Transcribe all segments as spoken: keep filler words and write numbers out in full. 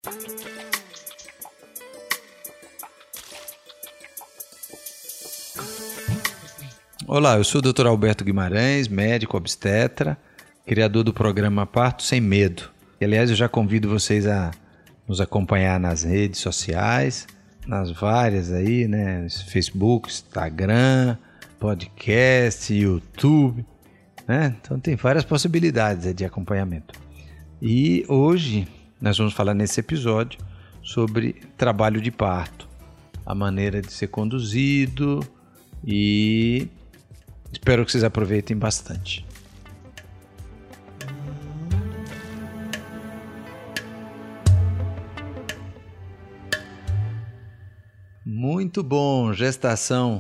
Olá, eu sou o doutor Alberto Guimarães, médico obstetra, criador do programa Parto Sem Medo. E, aliás, eu já convido vocês a nos acompanhar nas redes sociais, nas várias aí, né? Facebook, Instagram, podcast, YouTube, né? Então tem várias possibilidades de acompanhamento. E hoje nós vamos falar nesse episódio sobre trabalho de parto, a maneira de ser conduzido e espero que vocês aproveitem bastante. Muito bom, gestação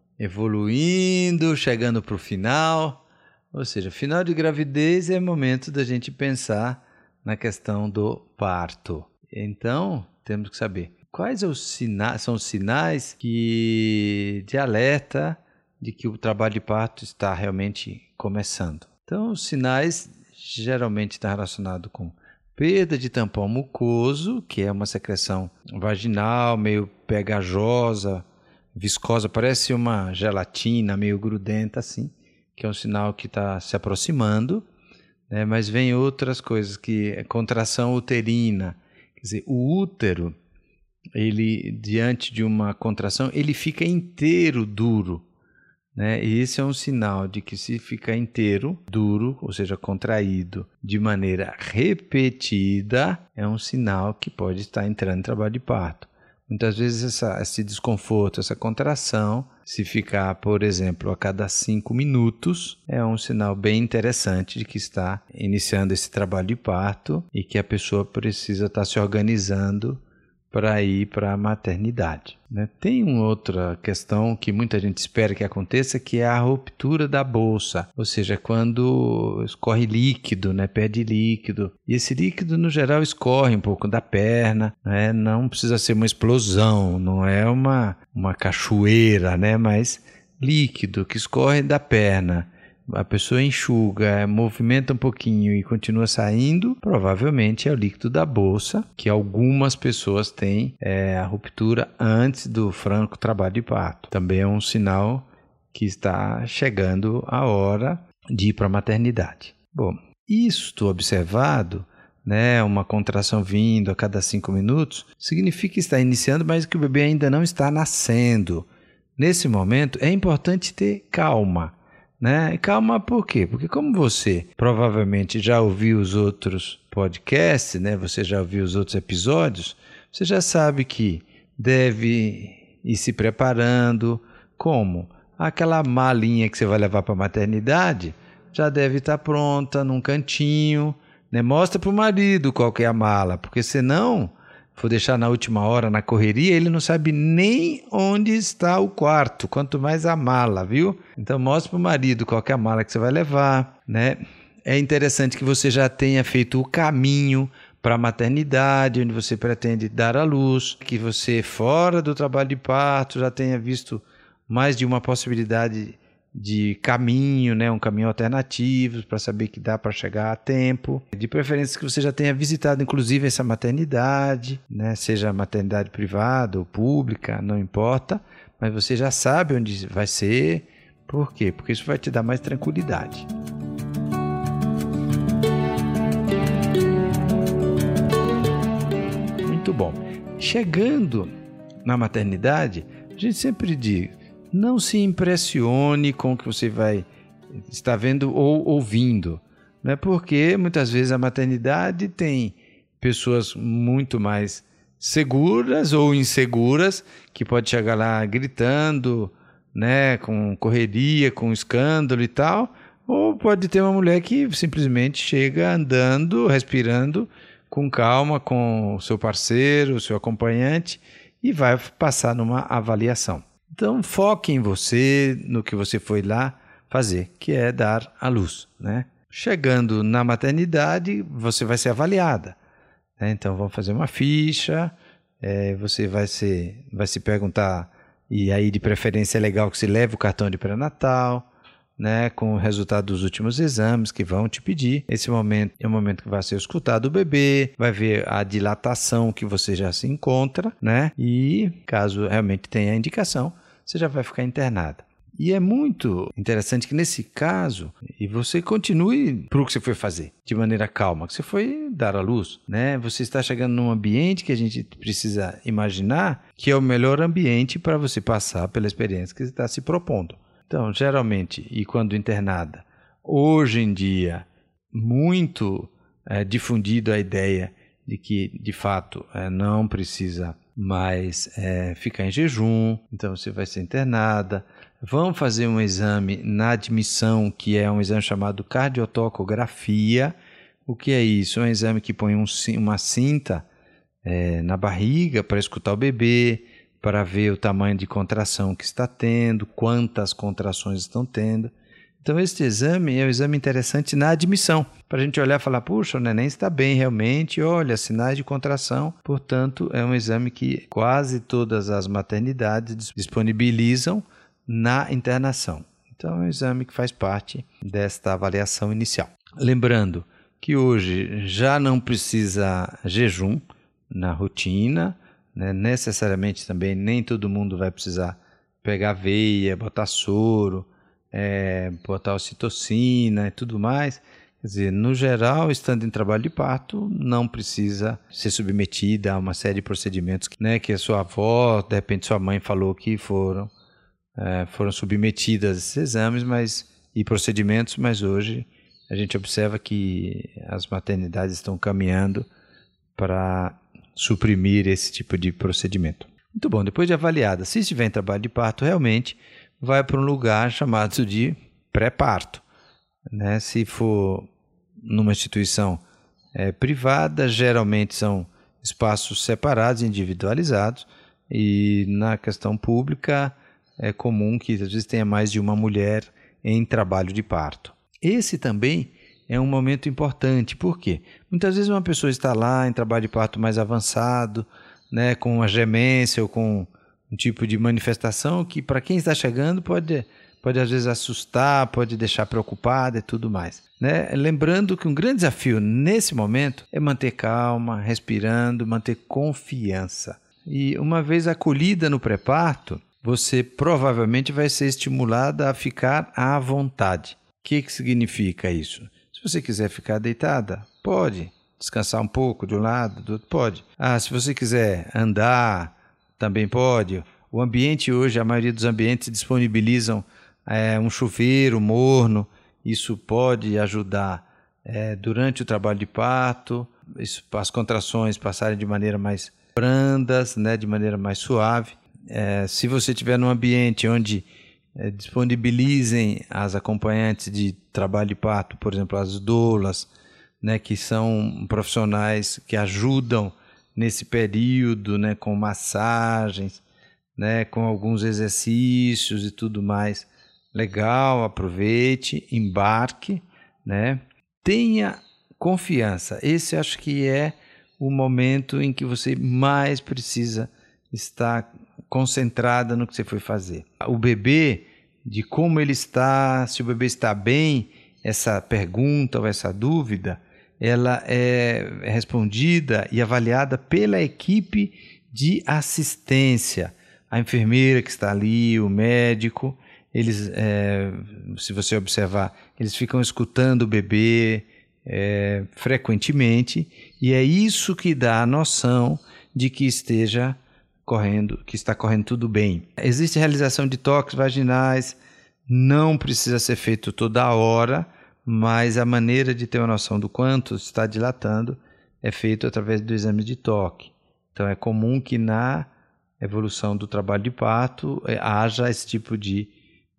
evoluindo, chegando para o final, ou seja, final de gravidez é momento da gente pensar na questão do parto. Então, temos que saber quais são os sinais, são os sinais que, de alerta de que o trabalho de parto está realmente começando. Então, os sinais geralmente estão relacionados com perda de tampão mucoso, que é uma secreção vaginal, meio pegajosa, viscosa, parece uma gelatina, meio grudenta assim, que é um sinal que está se aproximando, né? Mas vem outras coisas, que é contração uterina, quer dizer, o útero, ele, diante de uma contração, ele fica inteiro duro, né? E esse é um sinal de que se fica inteiro, duro, ou seja, contraído de maneira repetida, é um sinal que pode estar entrando em trabalho de parto. Muitas vezes essa, esse desconforto, essa contração, se ficar, por exemplo, a cada cinco minutos, é um sinal bem interessante de que está iniciando esse trabalho de parto e que a pessoa precisa estar se organizando para ir para a maternidade, né? Tem uma outra questão que muita gente espera que aconteça, que é a ruptura da bolsa, ou seja, quando escorre líquido, né? Perde líquido. E esse líquido, no geral, escorre um pouco da perna, né? Não precisa ser uma explosão, não é uma, uma cachoeira, né? Mas líquido que escorre da perna. A pessoa enxuga, movimenta um pouquinho e continua saindo, provavelmente é o líquido da bolsa, que algumas pessoas têm é, a ruptura antes do franco trabalho de parto. Também é um sinal que está chegando a hora de ir para a maternidade. Bom, isto observado, né, uma contração vindo a cada cinco minutos, significa que está iniciando, mas que o bebê ainda não está nascendo. Nesse momento é importante ter calma. Né? Calma, por quê? Porque como você provavelmente já ouviu os outros podcasts, né? Você já ouviu os outros episódios, você já sabe que deve ir se preparando. Como? Aquela malinha que você vai levar para a maternidade já deve estar pronta num cantinho, né? Mostra para o marido qual que é a mala, porque senão, for deixar na última hora na correria, ele não sabe nem onde está o quarto, quanto mais a mala, viu? Então mostra para o marido qual que é a mala que você vai levar, né? É interessante que você já tenha feito o caminho para a maternidade, onde você pretende dar à luz, que você, fora do trabalho de parto, já tenha visto mais de uma possibilidade de caminho, né, um caminho alternativo para saber que dá para chegar a tempo. De preferência que você já tenha visitado inclusive essa maternidade, né, seja maternidade privada ou pública, não importa, mas você já sabe onde vai ser. Por quê? Porque isso vai te dar mais tranquilidade. Muito bom. Chegando na maternidade, a gente sempre diz: não se impressione com o que você vai estar vendo ou ouvindo, né? Porque muitas vezes a maternidade tem pessoas muito mais seguras ou inseguras que pode chegar lá gritando, né? Com correria, com escândalo e tal, ou pode ter uma mulher que simplesmente chega andando, respirando com calma com o seu parceiro, o seu acompanhante e vai passar numa avaliação. Então, foque em você, no que você foi lá fazer, que é dar à luz, né? Chegando na maternidade, você vai ser avaliada, né? Então, vamos fazer uma ficha, é, você vai, ser, vai se perguntar, e aí de preferência é legal que você leve o cartão de pré-natal, né, com o resultado dos últimos exames que vão te pedir. Esse momento é o momento que vai ser escutado o bebê, vai ver a dilatação que você já se encontra, né? E caso realmente tenha indicação, você já vai ficar internada. E é muito interessante que nesse caso, e você continue para o que você foi fazer, de maneira calma, que você foi dar à luz, né? Você está chegando num ambiente que a gente precisa imaginar que é o melhor ambiente para você passar pela experiência que você está se propondo. Então, geralmente, e quando internada, hoje em dia, muito é, difundido a ideia de que, de fato, é, não precisa mais é, ficar em jejum, então você vai ser internada. Vamos fazer um exame na admissão, que é um exame chamado cardiotocografia. O que é isso? É um exame que põe um, uma cinta é, na barriga para escutar o bebê, para ver o tamanho de contração que está tendo, quantas contrações estão tendo. Então, este exame é um exame interessante na admissão, para a gente olhar e falar, puxa, o neném está bem realmente, olha, sinais de contração. Portanto, é um exame que quase todas as maternidades disponibilizam na internação. Então, é um exame que faz parte desta avaliação inicial. Lembrando que hoje já não precisa jejum na rotina, né? Necessariamente também nem todo mundo vai precisar pegar veia, botar soro, é, botar ocitocina e tudo mais. Quer dizer, no geral, estando em trabalho de parto, não precisa ser submetida a uma série de procedimentos, né, que a sua avó, de repente sua mãe falou que foram, é, foram submetidas a esses exames mas, e procedimentos, mas hoje a gente observa que as maternidades estão caminhando para suprimir esse tipo de procedimento. Muito bom, depois de avaliada, se estiver em trabalho de parto, realmente vai para um lugar chamado de pré-parto. Né? Se for numa instituição é, privada, geralmente são espaços separados, individualizados, e na questão pública é comum que às vezes tenha mais de uma mulher em trabalho de parto. Esse também é um momento importante, por quê? Muitas vezes uma pessoa está lá em trabalho de parto mais avançado, né, com uma gemência ou com um tipo de manifestação que para quem está chegando pode, pode às vezes assustar, pode deixar preocupado e tudo mais. Né? Lembrando que um grande desafio nesse momento é manter calma, respirando, manter confiança. E uma vez acolhida no pré-parto, você provavelmente vai ser estimulada a ficar à vontade. O que, que significa isso? Se você quiser ficar deitada, pode. Descansar um pouco de um lado, do outro, pode. Ah, se você quiser andar, também pode. O ambiente hoje, a maioria dos ambientes disponibilizam é, um chuveiro morno. Isso pode ajudar é, durante o trabalho de parto, isso, as contrações passarem de maneira mais brandas, né, de maneira mais suave. É, se você estiver num ambiente onde é, disponibilizem as acompanhantes de trabalho de parto, por exemplo, as doulas, né, que são profissionais que ajudam nesse período, né, com massagens, né, com alguns exercícios e tudo mais. Legal, aproveite, embarque, né? Tenha confiança. Esse acho que é o momento em que você mais precisa estar concentrada no que você foi fazer. O bebê, de como ele está, se o bebê está bem, essa pergunta ou essa dúvida, ela é respondida e avaliada pela equipe de assistência. A enfermeira que está ali, o médico, eles, é, se você observar, eles ficam escutando o bebê é, frequentemente, e é isso que dá a noção de que esteja correndo, que está correndo tudo bem. Existe realização de toques vaginais, não precisa ser feito toda hora, mas a maneira de ter uma noção do quanto está dilatando é feito através do exame de toque. Então é comum que na evolução do trabalho de parto haja esse tipo de,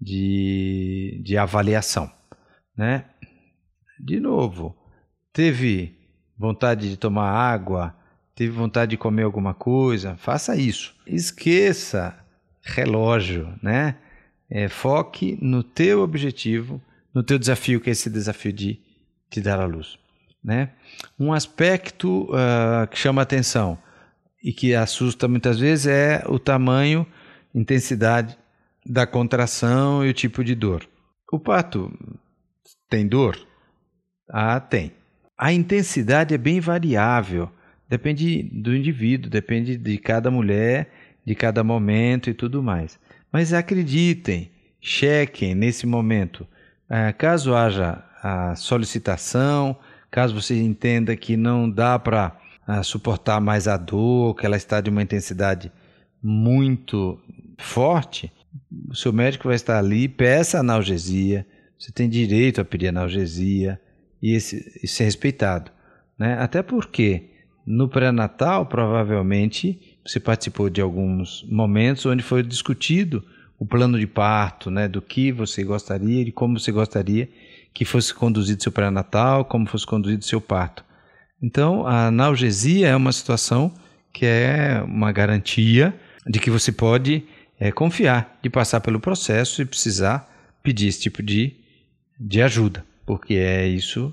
de, de avaliação. Né? De novo, teve vontade de tomar água, teve vontade de comer alguma coisa, faça isso. Esqueça relógio, né? É, foque no teu objetivo, no teu desafio, que é esse desafio de te dar à luz. Né? Um aspecto uh, que chama atenção e que assusta muitas vezes é o tamanho, intensidade da contração e o tipo de dor. O parto tem dor? Ah, tem. A intensidade é bem variável, depende do indivíduo, depende de cada mulher, de cada momento e tudo mais. Mas acreditem, chequem nesse momento. Ah, caso haja a solicitação, caso você entenda que não dá para ah, suportar mais a dor, que ela está de uma intensidade muito forte, o seu médico vai estar ali, peça analgesia, você tem direito a pedir analgesia e esse, isso é respeitado, né? Até porque no pré-natal provavelmente você participou de alguns momentos onde foi discutido o plano de parto, né? Do que você gostaria, de como você gostaria que fosse conduzido seu pré-natal, como fosse conduzido seu parto. Então a analgesia é uma situação que é uma garantia de que você pode é, confiar, de passar pelo processo e precisar pedir esse tipo de, de ajuda, porque é isso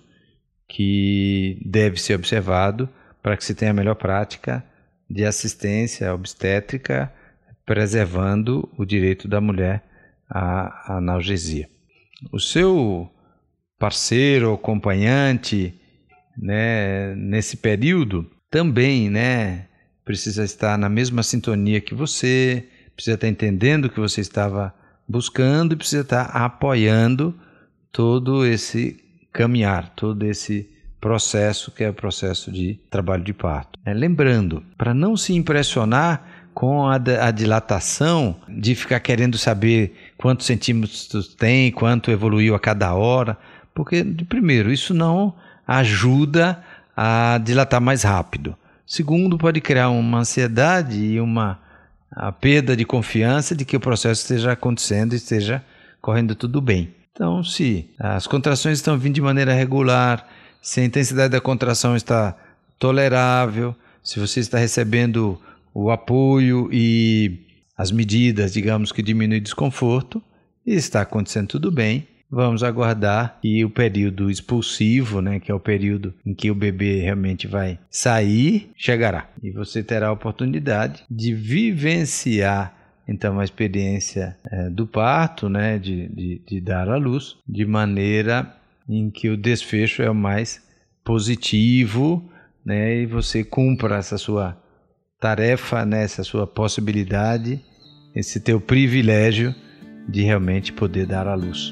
que deve ser observado para que se tenha a melhor prática de assistência obstétrica, preservando o direito da mulher à analgesia. O seu parceiro ou acompanhante, né, nesse período também, né, precisa estar na mesma sintonia que você, precisa estar entendendo o que você estava buscando e precisa estar apoiando todo esse caminhar, todo esse processo que é o processo de trabalho de parto. É, lembrando, para não se impressionar com a, a dilatação, de ficar querendo saber quantos centímetros tem, quanto evoluiu a cada hora, porque, primeiro, isso não ajuda a dilatar mais rápido. Segundo, pode criar uma ansiedade e uma a perda de confiança de que o processo esteja acontecendo e esteja correndo tudo bem. Então, se as contrações estão vindo de maneira regular, se a intensidade da contração está tolerável, se você está recebendo o apoio e as medidas, digamos, que diminuem o desconforto, e está acontecendo tudo bem, vamos aguardar que o período expulsivo, né, que é o período em que o bebê realmente vai sair, chegará. E você terá a oportunidade de vivenciar então a experiência é, do parto, né, de, de, de dar à luz, de maneira em que o desfecho é o mais positivo, né, e você cumpra essa sua tarefa, né, essa sua possibilidade, esse teu privilégio de realmente poder dar à luz.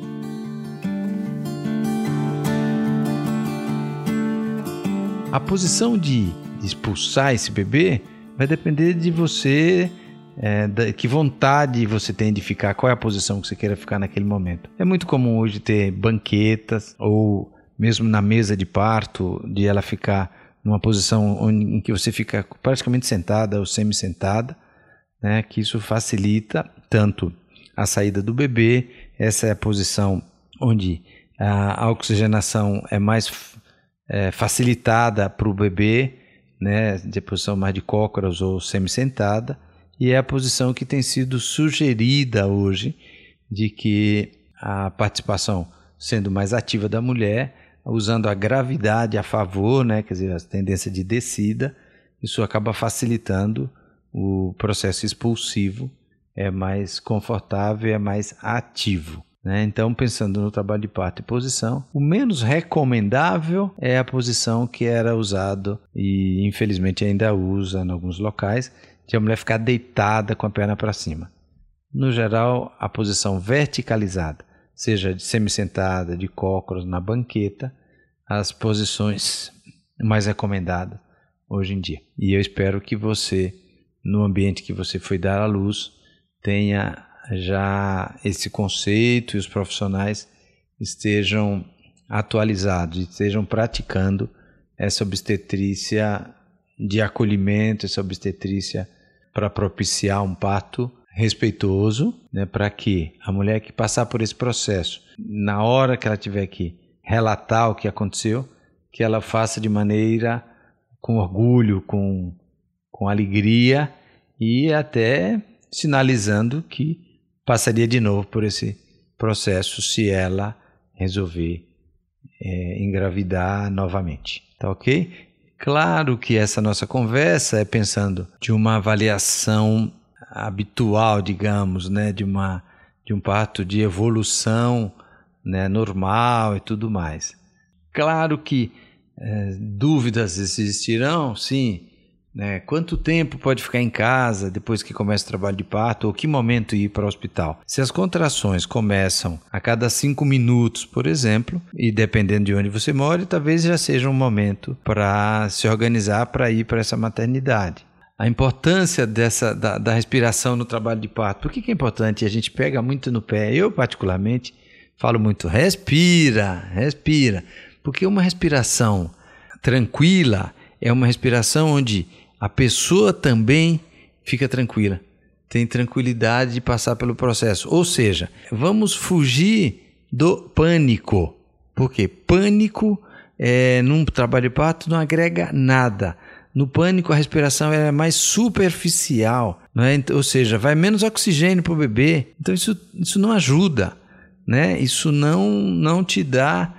A posição de, de expulsar esse bebê vai depender de você, é, da, que vontade você tem de ficar, qual é a posição que você queira ficar naquele momento. É muito comum hoje ter banquetas ou mesmo na mesa de parto, de ela ficar numa posição onde, em que você fica praticamente sentada ou semi-sentada, né, que isso facilita tanto a saída do bebê. Essa é a posição onde a oxigenação é mais É, facilitada para o bebê, né, de posição mais de cócoras ou semi-sentada, e é a posição que tem sido sugerida hoje de que a participação sendo mais ativa da mulher, usando a gravidade a favor, né, quer dizer, a tendência de descida, isso acaba facilitando o processo expulsivo, é mais confortável, é mais ativo. Então, pensando no trabalho de parto e posição, o menos recomendável é a posição que era usado e infelizmente ainda usa em alguns locais, de a mulher ficar deitada com a perna para cima. No geral, a posição verticalizada, seja de semi-sentada, de cócoras, na banqueta, as posições mais recomendadas hoje em dia. E eu espero que você, no ambiente que você foi dar à luz, tenha já esse conceito e os profissionais estejam atualizados, estejam praticando essa obstetrícia de acolhimento, essa obstetrícia para propiciar um parto respeitoso, né, para que a mulher que passar por esse processo, na hora que ela tiver que relatar o que aconteceu, que ela faça de maneira com orgulho, com, com alegria e até sinalizando que passaria de novo por esse processo se ela resolver é, engravidar novamente. Tá ok? Claro que essa nossa conversa é pensando de uma avaliação habitual, digamos, né? de, uma, de um parto de evolução, né, normal e tudo mais. Claro que é, dúvidas existirão, sim. Né? Quanto tempo pode ficar em casa depois que começa o trabalho de parto, ou que momento ir para o hospital? Se as contrações começam a cada cinco minutos, por exemplo, e dependendo de onde você mora, talvez já seja um momento para se organizar para ir para essa maternidade. A importância dessa, da, da respiração no trabalho de parto. Por que, que é importante? A gente pega muito no pé. Eu, particularmente, falo muito, respira, respira. Porque uma respiração tranquila é uma respiração onde a pessoa também fica tranquila, tem tranquilidade de passar pelo processo. Ou seja, vamos fugir do pânico. Porque pânico é, num trabalho de parto não agrega nada. No pânico a respiração é mais superficial, não é? Ou seja, vai menos oxigênio para o bebê. Então isso, isso não ajuda, né? Isso não, não te dá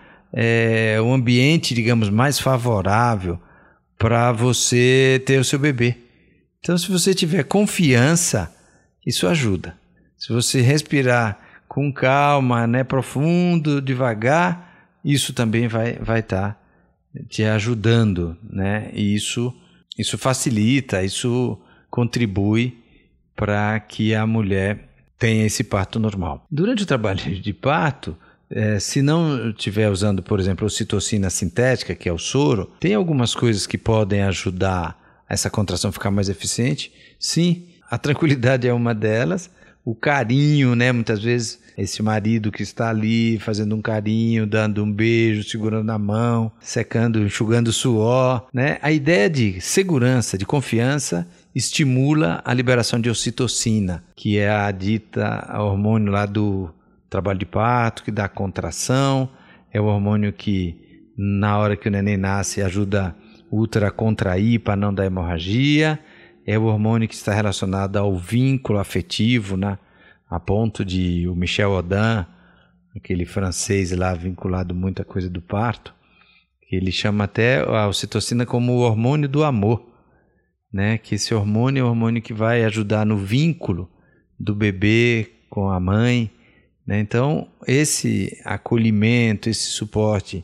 é, um ambiente, digamos, mais favorável para você ter o seu bebê. Então, se você tiver confiança, isso ajuda. Se você respirar com calma, né, profundo, devagar, isso também vai vai estar te ajudando, né? E isso isso facilita, isso contribui para que a mulher tenha esse parto normal. Durante o trabalho de parto, É, se não estiver usando, por exemplo, ocitocina sintética, que é o soro, tem algumas coisas que podem ajudar essa contração a ficar mais eficiente? Sim, a tranquilidade é uma delas, o carinho, né? Muitas vezes esse marido que está ali fazendo um carinho, dando um beijo, segurando a mão, secando, enxugando o suor, né? A ideia de segurança, de confiança, estimula a liberação de ocitocina, que é a dita hormônio lá do trabalho de parto, que dá contração, é o hormônio que na hora que o neném nasce ajuda o útero a contrair para não dar hemorragia, é o hormônio que está relacionado ao vínculo afetivo, né? A ponto de o Michel Audin, aquele francês lá vinculado muito à coisa do parto, que ele chama até a ocitocina como o hormônio do amor, né? Que esse hormônio é o hormônio que vai ajudar no vínculo do bebê com a mãe. Então, esse acolhimento, esse suporte,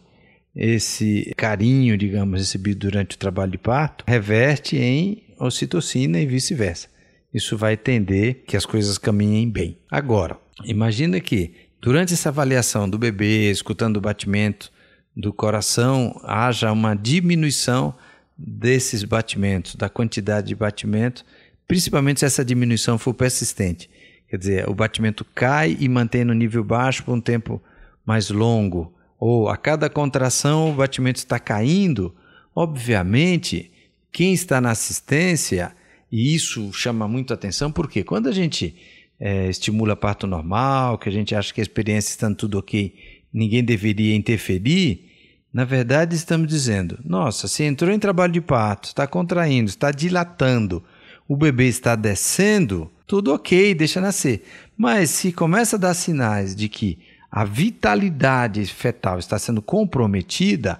esse carinho, digamos, recebido durante o trabalho de parto, reverte em ocitocina e vice-versa. Isso vai tender que as coisas caminhem bem. Agora, imagina que durante essa avaliação do bebê, escutando o batimento do coração, haja uma diminuição desses batimentos, da quantidade de batimento, principalmente se essa diminuição for persistente. Quer dizer, o batimento cai e mantém no nível baixo por um tempo mais longo. Ou a cada contração o batimento está caindo. Obviamente, quem está na assistência, e isso chama muito atenção, porque quando a gente é, estimula parto normal, que a gente acha que a experiência está tudo ok, ninguém deveria interferir, na verdade estamos dizendo, nossa, se entrou em trabalho de parto, está contraindo, está dilatando, o bebê está descendo, tudo ok, deixa nascer. Mas se começa a dar sinais de que a vitalidade fetal está sendo comprometida,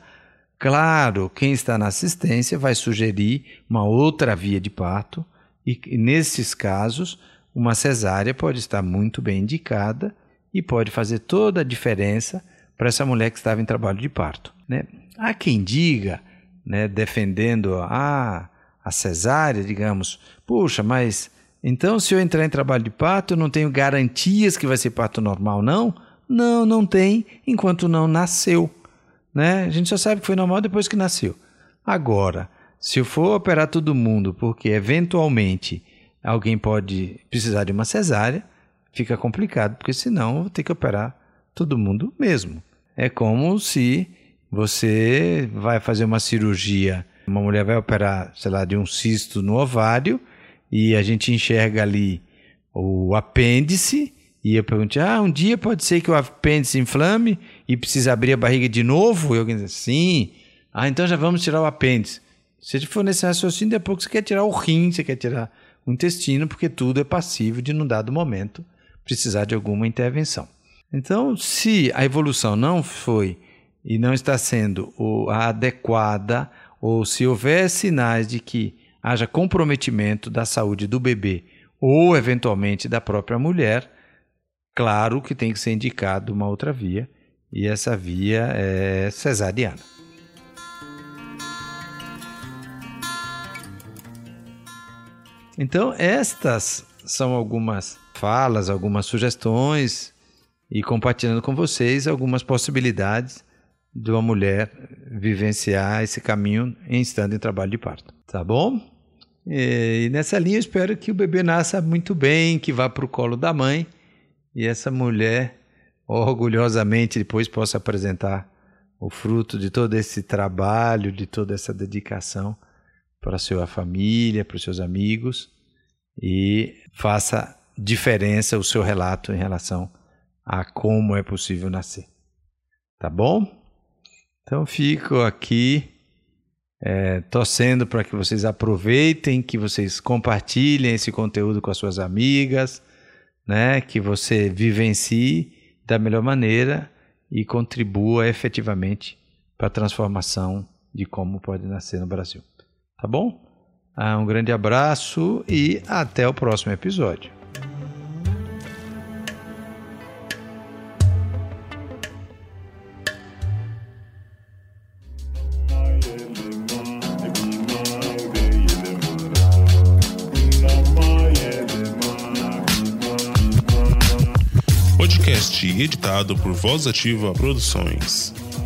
claro, quem está na assistência vai sugerir uma outra via de parto e, e nesses casos, uma cesárea pode estar muito bem indicada e pode fazer toda a diferença para essa mulher que estava em trabalho de parto, né? Há quem diga, né, defendendo a, a cesárea, digamos, puxa, mas então se eu entrar em trabalho de parto eu não tenho garantias que vai ser parto normal, não? Não, não tem enquanto não nasceu, né? A gente só sabe que foi normal depois que nasceu. Agora, se eu for operar todo mundo porque eventualmente alguém pode precisar de uma cesárea, fica complicado, porque senão eu vou ter que operar todo mundo mesmo. É como se você vai fazer uma cirurgia, uma mulher vai operar, sei lá, de um cisto no ovário e a gente enxerga ali o apêndice e eu pergunto, ah, um dia pode ser que o apêndice inflame e precisa abrir a barriga de novo? E alguém diz, sim. Ah, então já vamos tirar o apêndice. Se for nesse raciocínio, daqui a pouco você quer tirar o rim, você quer tirar o intestino, porque tudo é passível de, num dado momento, precisar de alguma intervenção. Então, se a evolução não foi e não está sendo a adequada, ou se houver sinais de que haja comprometimento da saúde do bebê ou, eventualmente, da própria mulher, Claro que tem que ser indicado uma outra via, e essa via é cesariana. Então, estas são algumas falas, algumas sugestões, e compartilhando com vocês algumas possibilidades de uma mulher vivenciar esse caminho em estando em trabalho de parto. Tá bom? E nessa linha eu espero que o bebê nasça muito bem, que vá para o colo da mãe, e essa mulher orgulhosamente depois possa apresentar o fruto de todo esse trabalho, de toda essa dedicação para a sua família, para os seus amigos, e faça diferença o seu relato em relação a como é possível nascer. Tá bom? Então fico aqui é, torcendo para que vocês aproveitem, que vocês compartilhem esse conteúdo com as suas amigas, né? Que você vivencie da melhor maneira e contribua efetivamente para a transformação de como pode nascer no Brasil. Tá bom? Ah, um grande abraço e até o próximo episódio. Podcast editado por Voz Ativa Produções.